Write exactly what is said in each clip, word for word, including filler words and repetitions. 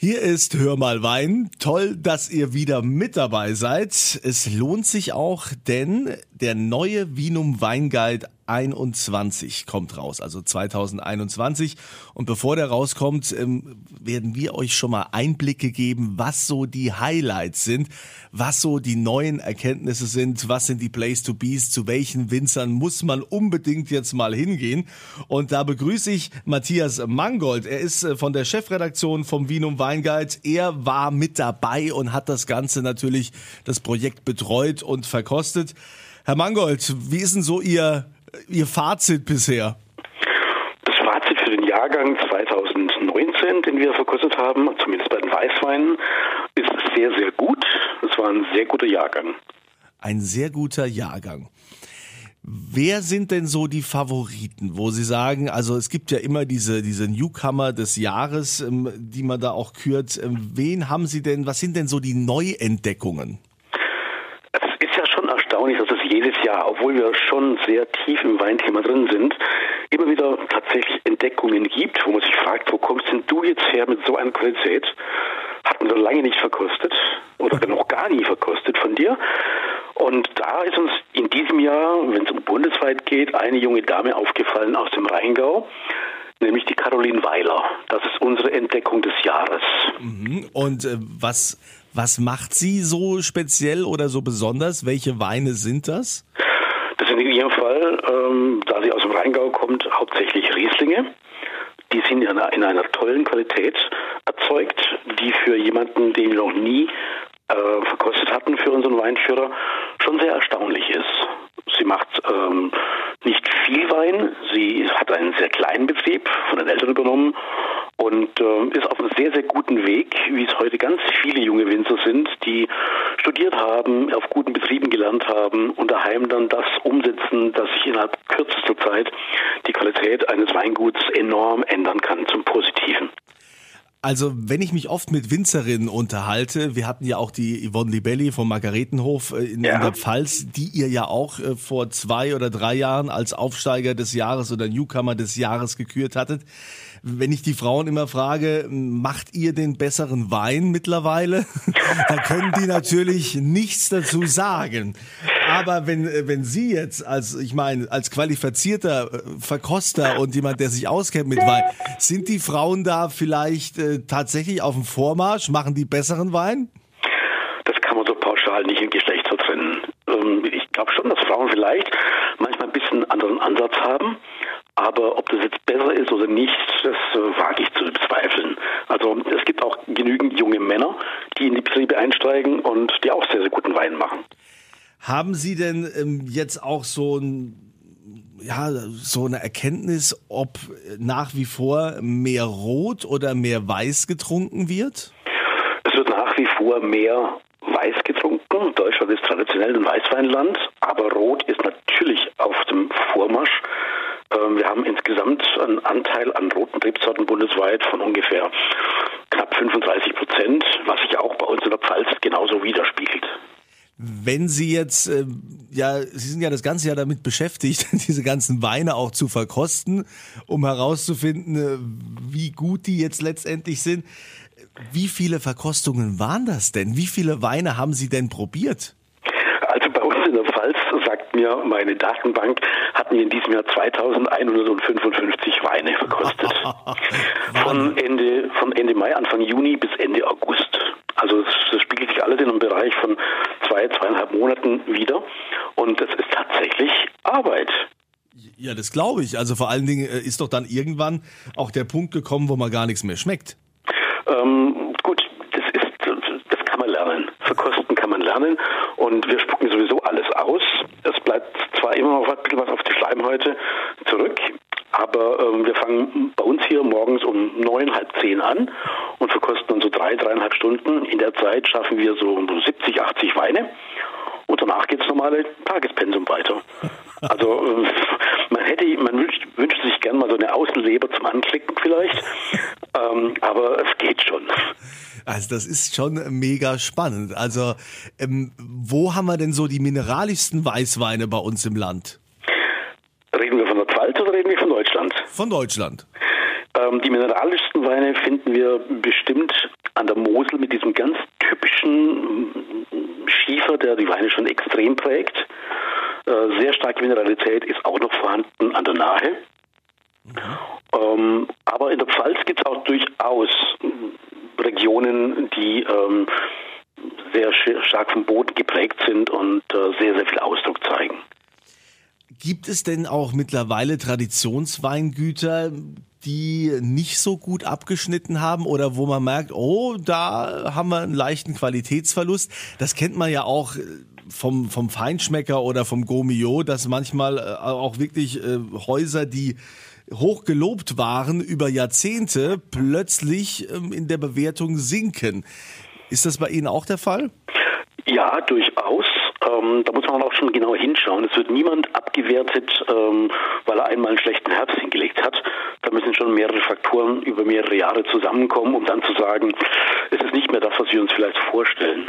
Hier ist Hör mal Wein. Toll, dass ihr wieder mit dabei seid. Es lohnt sich auch, denn der neue Vinum Weinguide einundzwanzig kommt raus, also zwanzig einundzwanzig. Und bevor der rauskommt, werden wir euch schon mal Einblicke geben, was so die Highlights sind, was so die neuen Erkenntnisse sind, was sind die Place to Be's, zu welchen Winzern muss man unbedingt jetzt mal hingehen. Und da begrüße ich Matthias Mangold. Er ist von der Chefredaktion vom Vinum Weinguide. Er war mit dabei und hat das Ganze natürlich, das Projekt betreut und verkostet. Herr Mangold, wie ist denn so Ihr, Ihr Fazit bisher? Das Fazit für den Jahrgang zwanzig neunzehn, den wir verkostet haben, zumindest bei den Weißweinen, ist sehr, sehr gut. Es war ein sehr guter Jahrgang. Ein sehr guter Jahrgang. Wer sind denn so die Favoriten, wo Sie sagen, also es gibt ja immer diese, diese Newcomer des Jahres, die man da auch kürt. Wen haben Sie denn, was sind denn so die Neuentdeckungen? Es ist ja schon erstaunlich, dass es jedes Jahr, obwohl wir schon sehr tief im Weinthema drin sind, immer wieder tatsächlich Entdeckungen gibt, wo man sich fragt, wo kommst denn du jetzt her mit so einer Qualität? Hat man so lange nicht verkostet oder noch gar nie verkostet von dir. Und da ist uns in diesem Jahr, wenn es um bundesweit geht, eine junge Dame aufgefallen aus dem Rheingau, nämlich die Caroline Weiler. Das ist unsere Entdeckung des Jahres. Und äh, was, was macht sie so speziell oder so besonders? Welche Weine sind das? Das sind in ihrem Fall, ähm, da sie aus dem Rheingau kommt, hauptsächlich Rieslinge. Die sind in einer, in einer tollen Qualität erzeugt, die für jemanden, den wir noch nie äh, verkostet hatten für unseren Weinführer, schon sehr erstaunlich ist. Sie macht ähm, nicht viel Wein, sie hat einen sehr kleinen Betrieb von den Eltern übernommen und äh, ist auf einem sehr, sehr guten Weg, wie es heute ganz viele junge Winzer sind, die studiert haben, auf guten Betrieben gelernt haben und daheim dann das umsetzen, dass sich innerhalb kürzester Zeit die Qualität eines Weinguts enorm ändern kann zum Positiven. Also wenn ich mich oft mit Winzerinnen unterhalte, wir hatten ja auch die Yvonne Libelli vom Margaretenhof in, ja. in der Pfalz, die ihr ja auch äh, vor zwei oder drei Jahren als Aufsteiger des Jahres oder Newcomer des Jahres gekürt hattet. Wenn ich die Frauen immer frage, macht ihr den besseren Wein mittlerweile? Da können die natürlich nichts dazu sagen. Aber wenn wenn Sie jetzt als, ich meine, als qualifizierter Verkoster und jemand, der sich auskennt mit Wein, sind die Frauen da vielleicht äh, tatsächlich auf dem Vormarsch? Machen die besseren Wein? Das kann man so pauschal nicht in Geschlechter trennen. Ähm, ich glaube schon, dass Frauen vielleicht manchmal ein bisschen anderen Ansatz haben. Aber ob das jetzt besser ist oder nicht, das äh, wage ich zu bezweifeln. Also es gibt auch genügend junge Männer, die in die Betriebe einsteigen und die auch sehr, sehr guten Wein machen. Haben Sie denn ähm, jetzt auch so ein, ja, so eine Erkenntnis, ob nach wie vor mehr Rot oder mehr Weiß getrunken wird? Es wird nach wie vor mehr Weiß getrunken. Deutschland ist traditionell ein Weißweinland, aber Rot ist natürlich auf dem Vormarsch. Wir haben insgesamt einen Anteil an roten Rebsorten bundesweit von ungefähr knapp fünfunddreißig Prozent, was sich auch bei uns in der Pfalz genauso widerspiegelt. Wenn Sie jetzt, äh, ja, Sie sind ja das ganze Jahr damit beschäftigt, diese ganzen Weine auch zu verkosten, um herauszufinden, äh, wie gut die jetzt letztendlich sind. Wie viele Verkostungen waren das denn? Wie viele Weine haben Sie denn probiert? Also bei uns in der Pfalz, sagt mir meine Datenbank, hatten wir in diesem Jahr zweitausendeinhundertfünfundfünfzig Weine verkostet. Von Ende, von Ende Mai, Anfang Juni bis Ende August. Also es, das spiegelt sich alles in einem Bereich von zwei, zweieinhalb Monaten wieder. Und das ist tatsächlich Arbeit. Ja, das glaube ich. Also vor allen Dingen ist doch dann irgendwann auch der Punkt gekommen, wo man gar nichts mehr schmeckt. Ähm, gut, das ist, das kann man lernen. Verkosten kann man lernen und wir spucken sowieso alles aus. Es bleibt zwar immer noch ein bisschen was auf die Schleimhäute zurück, aber ähm, wir fangen bei uns hier morgens um neun, halb zehn an und verkosten dann so drei, dreieinhalb Stunden. In der Zeit schaffen wir so siebzig, achtzig Weine und danach geht das normale Tagespensum weiter. Also man hätte, man wünscht, wünscht sich gern mal so eine Außenleber zum Anklicken vielleicht, ähm, aber es geht schon. Also das ist schon mega spannend. Also ähm, wo haben wir denn so die mineralischsten Weißweine bei uns im Land? Reden wir von der Pfalz oder reden wir von Deutschland? Von Deutschland. Ähm, die mineralischsten Weine finden wir bestimmt an Mosel mit diesem ganz typischen Schiefer, der die Weine schon extrem prägt. Äh, sehr starke Mineralität ist auch noch vorhanden an der Nahe. Mhm. Ähm, aber in der Pfalz gibt es auch durchaus Regionen, die ähm, sehr stark vom Boden geprägt sind und äh, sehr, sehr viel Ausdruck zeigen. Gibt es denn auch mittlerweile Traditionsweingüter, die nicht so gut abgeschnitten haben oder wo man merkt, oh, da haben wir einen leichten Qualitätsverlust? Das kennt man ja auch vom, vom Feinschmecker oder vom Gourmillot, dass manchmal auch wirklich äh, Häuser, die hoch gelobt waren über Jahrzehnte, plötzlich ähm, in der Bewertung sinken. Ist das bei Ihnen auch der Fall? Ja, durchaus. Ähm, da muss man auch schon genau hinschauen. Es wird niemand abgewertet, ähm, weil er einmal einen schlechten Herbst hingelegt hat. Da müssen schon mehrere Faktoren über mehrere Jahre zusammenkommen, um dann zu sagen, es ist nicht mehr das, was wir uns vielleicht vorstellen.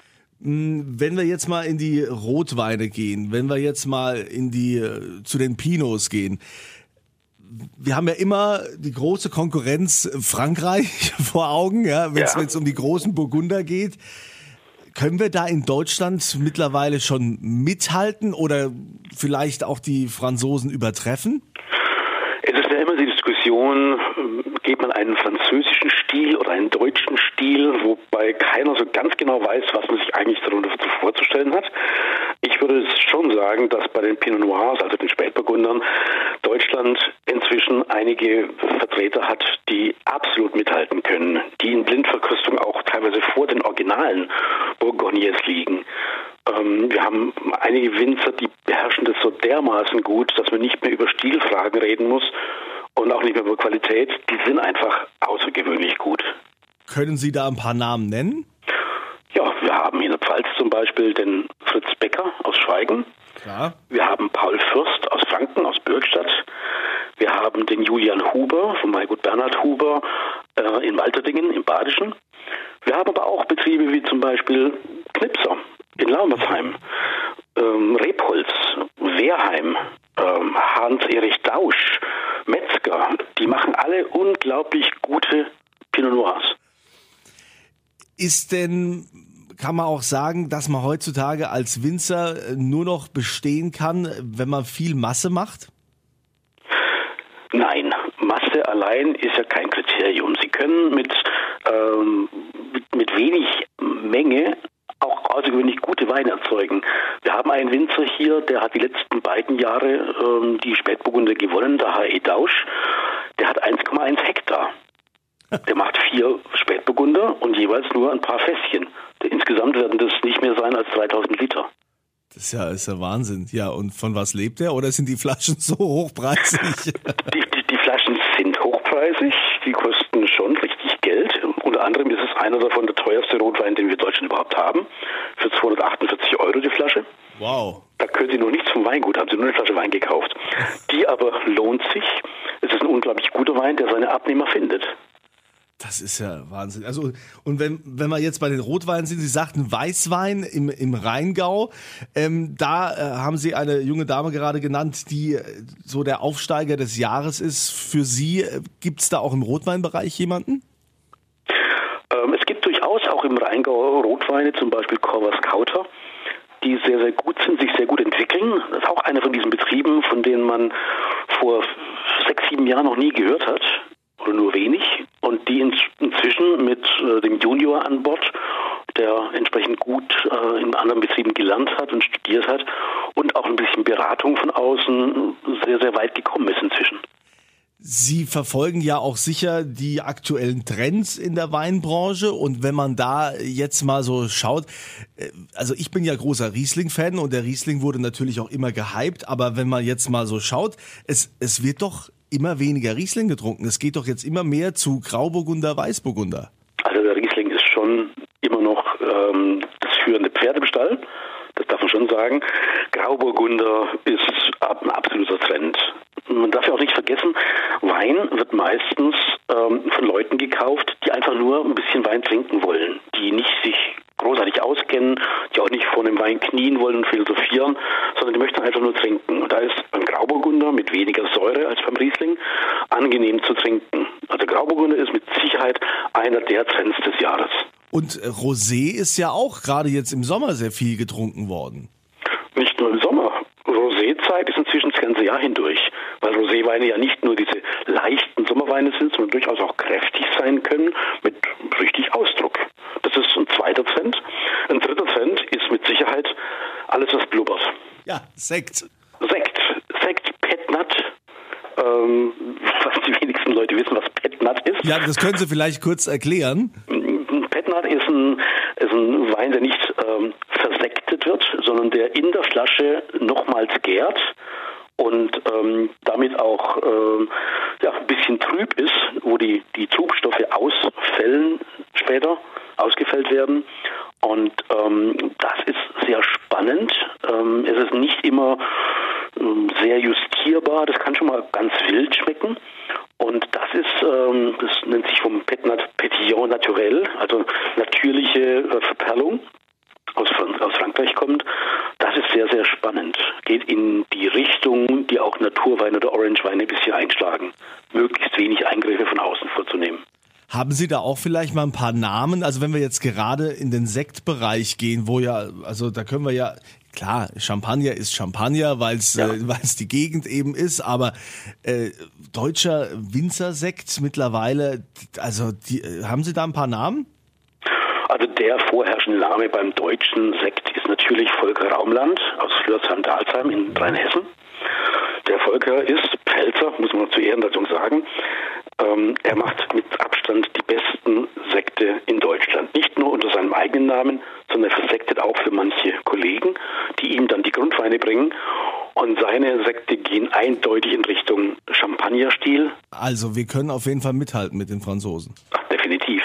Wenn wir jetzt mal in die Rotweine gehen, wenn wir jetzt mal in die zu den Pinots gehen, wir haben ja immer die große Konkurrenz Frankreich vor Augen, ja, wenn es ja. um die großen Burgunder geht. Können wir da in Deutschland mittlerweile schon mithalten oder vielleicht auch die Franzosen übertreffen? Es ist ja immer die Diskussion, geht man einen französischen Stil oder einen deutschen Stil, wobei keiner so ganz genau weiß, was man sich eigentlich darunter vorzustellen hat. Ich würde schon sagen, dass bei den Pinot Noirs, also den Spätburgundern, Deutschland inzwischen einige Vertreter hat, die absolut mithalten können, die in Blindverkostung auch teilweise vor den originalen Bourgognes liegen. Ähm, wir haben einige Winzer, die beherrschen das so dermaßen gut, dass man nicht mehr über Stilfragen reden muss und auch nicht mehr über Qualität. Die sind einfach außergewöhnlich gut. Können Sie da ein paar Namen nennen? Ja, wir haben in der Pfalz zum Beispiel den Fritz Becker aus Schweigen. Klar. Wir haben Paul Fürst aus Franken, aus Bürgstadt. Wir haben den Julian Huber vom Weingut Bernhard Huber äh, in Walterdingen im Badischen. Wir haben aber auch Betriebe wie zum Beispiel Knipser in Laumersheim, ähm, Rebholz, Wehrheim, ähm, Hans-Erich Dausch, Metzger. Die machen alle unglaublich gute Pinot Noirs. Ist denn, kann man auch sagen, dass man heutzutage als Winzer nur noch bestehen kann, wenn man viel Masse macht? Nein, Masse allein ist ja kein Kriterium. Sie können mit, ähm, mit, mit wenig Menge auch außergewöhnlich gute Weine erzeugen. Wir haben einen Winzer hier, der hat die letzten beiden Jahre ähm, die Spätburgunder gewonnen, der H E Dausch. Der hat eins Komma eins Hektar. Der macht vier Spätburgunder und jeweils nur ein paar Fässchen. Insgesamt werden das nicht mehr sein als dreitausend Liter. Das ist ja, ist ja Wahnsinn. Ja, und von was lebt er? Oder sind die Flaschen so hochpreisig? Die, die, die Flaschen sind hochpreisig. Die kosten schon richtig Geld. Unter anderem ist es einer davon der teuerste Rotwein, den wir in Deutschland überhaupt haben. Für zweihundertachtundvierzig Euro die Flasche. Wow. Da können Sie noch nichts vom Weingut, haben Sie nur eine Flasche Wein gekauft. Die aber lohnt sich. Es ist ein unglaublich guter Wein, der seine Abnehmer findet. Das ist ja Wahnsinn. Also, und wenn, wenn wir jetzt bei den Rotweinen sind, Sie sagten Weißwein im, im Rheingau, ähm, da äh, haben Sie eine junge Dame gerade genannt, die äh, so der Aufsteiger des Jahres ist. Für Sie, äh, gibt es da auch im Rotweinbereich jemanden? Ähm, es gibt durchaus auch im Rheingau Rotweine, zum Beispiel Corvus Kauter, die sehr, sehr gut sind, sich sehr gut entwickeln. Das ist auch einer von diesen Betrieben, von denen man vor sechs, sieben Jahren noch nie gehört hat. Oder nur wenig, und die inzwischen mit äh, dem Junior an Bord, der entsprechend gut äh, in anderen Betrieben gelernt hat und studiert hat und auch ein bisschen Beratung von außen sehr, sehr weit gekommen ist inzwischen. Sie verfolgen ja auch sicher die aktuellen Trends in der Weinbranche, und wenn man da jetzt mal so schaut, also ich bin ja großer Riesling-Fan und der Riesling wurde natürlich auch immer gehypt, aber wenn man jetzt mal so schaut, es, es wird doch immer weniger Riesling getrunken. Es geht doch jetzt immer mehr zu Grauburgunder, Weißburgunder. Also der Riesling ist schon immer noch ähm, das führende Pferd im Stall. Das darf man schon sagen. Grauburgunder ist ein absoluter Trend. Man darf ja auch nicht vergessen, Wein wird meistens ähm, von Leuten gekauft, die einfach nur ein bisschen Wein trinken wollen, die nicht sich großartig auskennen, die auch nicht vor dem Wein knien wollen und philosophieren, sondern die möchten einfach nur trinken. Und da ist ein Grauburgunder mit weniger Säure als beim Riesling angenehm zu trinken. Also Grauburgunder ist mit Sicherheit einer der Trends des Jahres. Und Rosé ist ja auch gerade jetzt im Sommer sehr viel getrunken worden. Nicht nur im Sommer. Rosézeit ist inzwischen das ganze Jahr hindurch, weil Roséweine ja nicht nur diese leichten Sommerweine sind, sondern durchaus auch kräftig sein können mit richtig Ausdruck. Das ist ein zweiter Trend. Ein dritter Trend ist mit Sicherheit alles, was blubbert. Ja, Sekt. Sekt. Sekt, Petnat. Ähm, fast die wenigsten Leute wissen, was Petnat ist. Ja, das können Sie vielleicht kurz erklären. Petnat ist ein, ist ein Wein, der nicht ähm, versektet wird, sondern der in der Flasche nochmals gärt und ähm, damit auch ähm, ja, ein bisschen trüb ist, wo die, die Trubstoffe ausfällen später, ausgefällt werden. Und ähm, das ist sehr spannend. Ähm, es ist nicht immer ähm, sehr justierbar. Das kann schon mal ganz wild schmecken. Und das ist, ähm, das nennt sich vom Petnat Petillon naturel, also natürliche äh, Verperlung, aus, aus Frankreich kommt. Das ist sehr, sehr spannend. Geht in die Richtung, die auch Naturweine oder Orangeweine ein bisschen einschlagen. Möglichst wenig Eingriffe von außen vorzunehmen. Haben Sie da auch vielleicht mal ein paar Namen? Also wenn wir jetzt gerade in den Sektbereich gehen, wo ja, also da können wir ja, klar, Champagner ist Champagner, weil es ja. äh, weil es die Gegend eben ist, aber äh, deutscher Winzersekt mittlerweile, also die, haben Sie da ein paar Namen? Also der vorherrschende Name beim deutschen Sekt ist natürlich Volker Raumland aus Flörsheim-Dalsheim in Rheinhessen. Der Volker ist Pfälzer, muss man zur Ehrenrettung sagen. Ähm, er macht mit Abstand die besten Sekte in Deutschland. Nicht nur unter seinem eigenen Namen, sondern er versektet auch für manche Kollegen, die ihm dann die Grundweine bringen. Und seine Sekte gehen eindeutig in Richtung Champagnerstil. Also wir können auf jeden Fall mithalten mit den Franzosen. Ach, definitiv.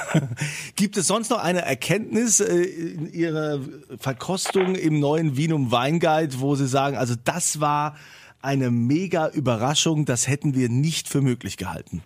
Gibt es sonst noch eine Erkenntnis äh, in Ihrer Verkostung im neuen Vinum Weinguide, wo Sie sagen, also das war eine mega Überraschung, das hätten wir nicht für möglich gehalten?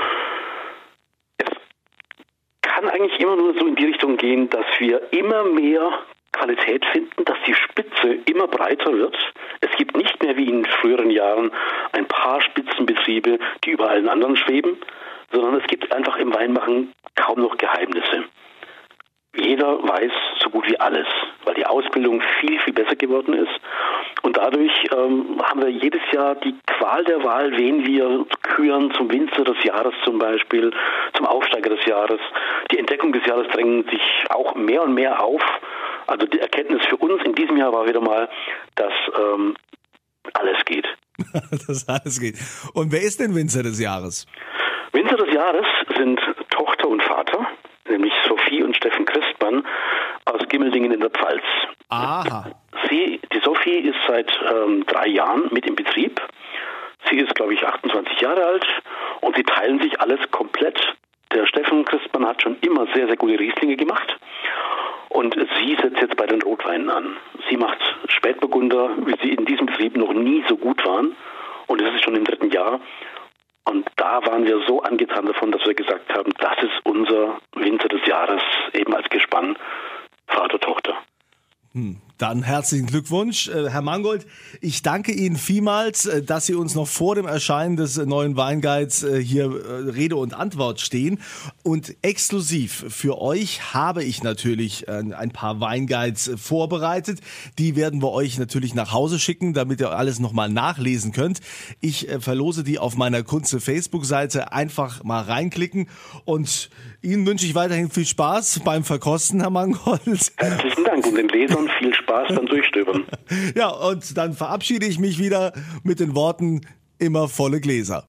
Es kann eigentlich immer nur so in die Richtung gehen, dass wir immer mehr Qualität finden, dass die Spitze immer breiter wird. Es gibt nicht mehr wie in früheren Jahren ein paar Spitzenbetriebe, die über allen anderen schweben, sondern es gibt einfach im Weinmachen kaum noch Geheimnisse. Jeder weiß so gut wie alles, weil die Ausbildung viel, viel besser geworden ist. Und dadurch ähm, haben wir jedes Jahr die Qual der Wahl, wen wir küren zum Winzer des Jahres zum Beispiel, zum Aufsteiger des Jahres. Die Entdeckung des Jahres drängen sich auch mehr und mehr auf. Also die Erkenntnis für uns in diesem Jahr war wieder mal, dass ähm, alles geht. Dass alles geht. Und wer ist denn Winzer des Jahres? Winzer des Jahres sind Tochter und Vater, nämlich Sophie und Steffen Christmann aus Gimmeldingen in der Pfalz. Aha. Sie, die Sophie ist seit ähm, drei Jahren mit im Betrieb. Sie ist, glaube ich, achtundzwanzig Jahre alt und sie teilen sich alles komplett. Der Steffen Christmann hat schon immer sehr, sehr gute Rieslinge gemacht und sie setzt jetzt bei den Rotweinen an. Sie macht Spätburgunder, wie sie in diesem Betrieb noch nie so gut waren und es ist schon im dritten Jahr. Und da waren wir so angetan davon, dass wir gesagt haben, das ist unser Winzer des Jahres, eben als Gespann Vater, Tochter. Hm. Dann herzlichen Glückwunsch, äh, Herr Mangold. Ich danke Ihnen vielmals, äh, dass Sie uns noch vor dem Erscheinen des äh, neuen Weinguides äh, hier äh, Rede und Antwort stehen. Und exklusiv für euch habe ich natürlich äh, ein paar Weinguides äh, vorbereitet. Die werden wir euch natürlich nach Hause schicken, damit ihr alles nochmal nachlesen könnt. Ich äh, verlose die auf meiner Kunze Facebook-Seite. Einfach mal reinklicken. Und Ihnen wünsche ich weiterhin viel Spaß beim Verkosten, Herr Mangold. Herzlichen Dank und den Lesern viel Spaß beim Durchstöbern. Ja, und dann verabschiede ich mich wieder mit den Worten: immer volle Gläser.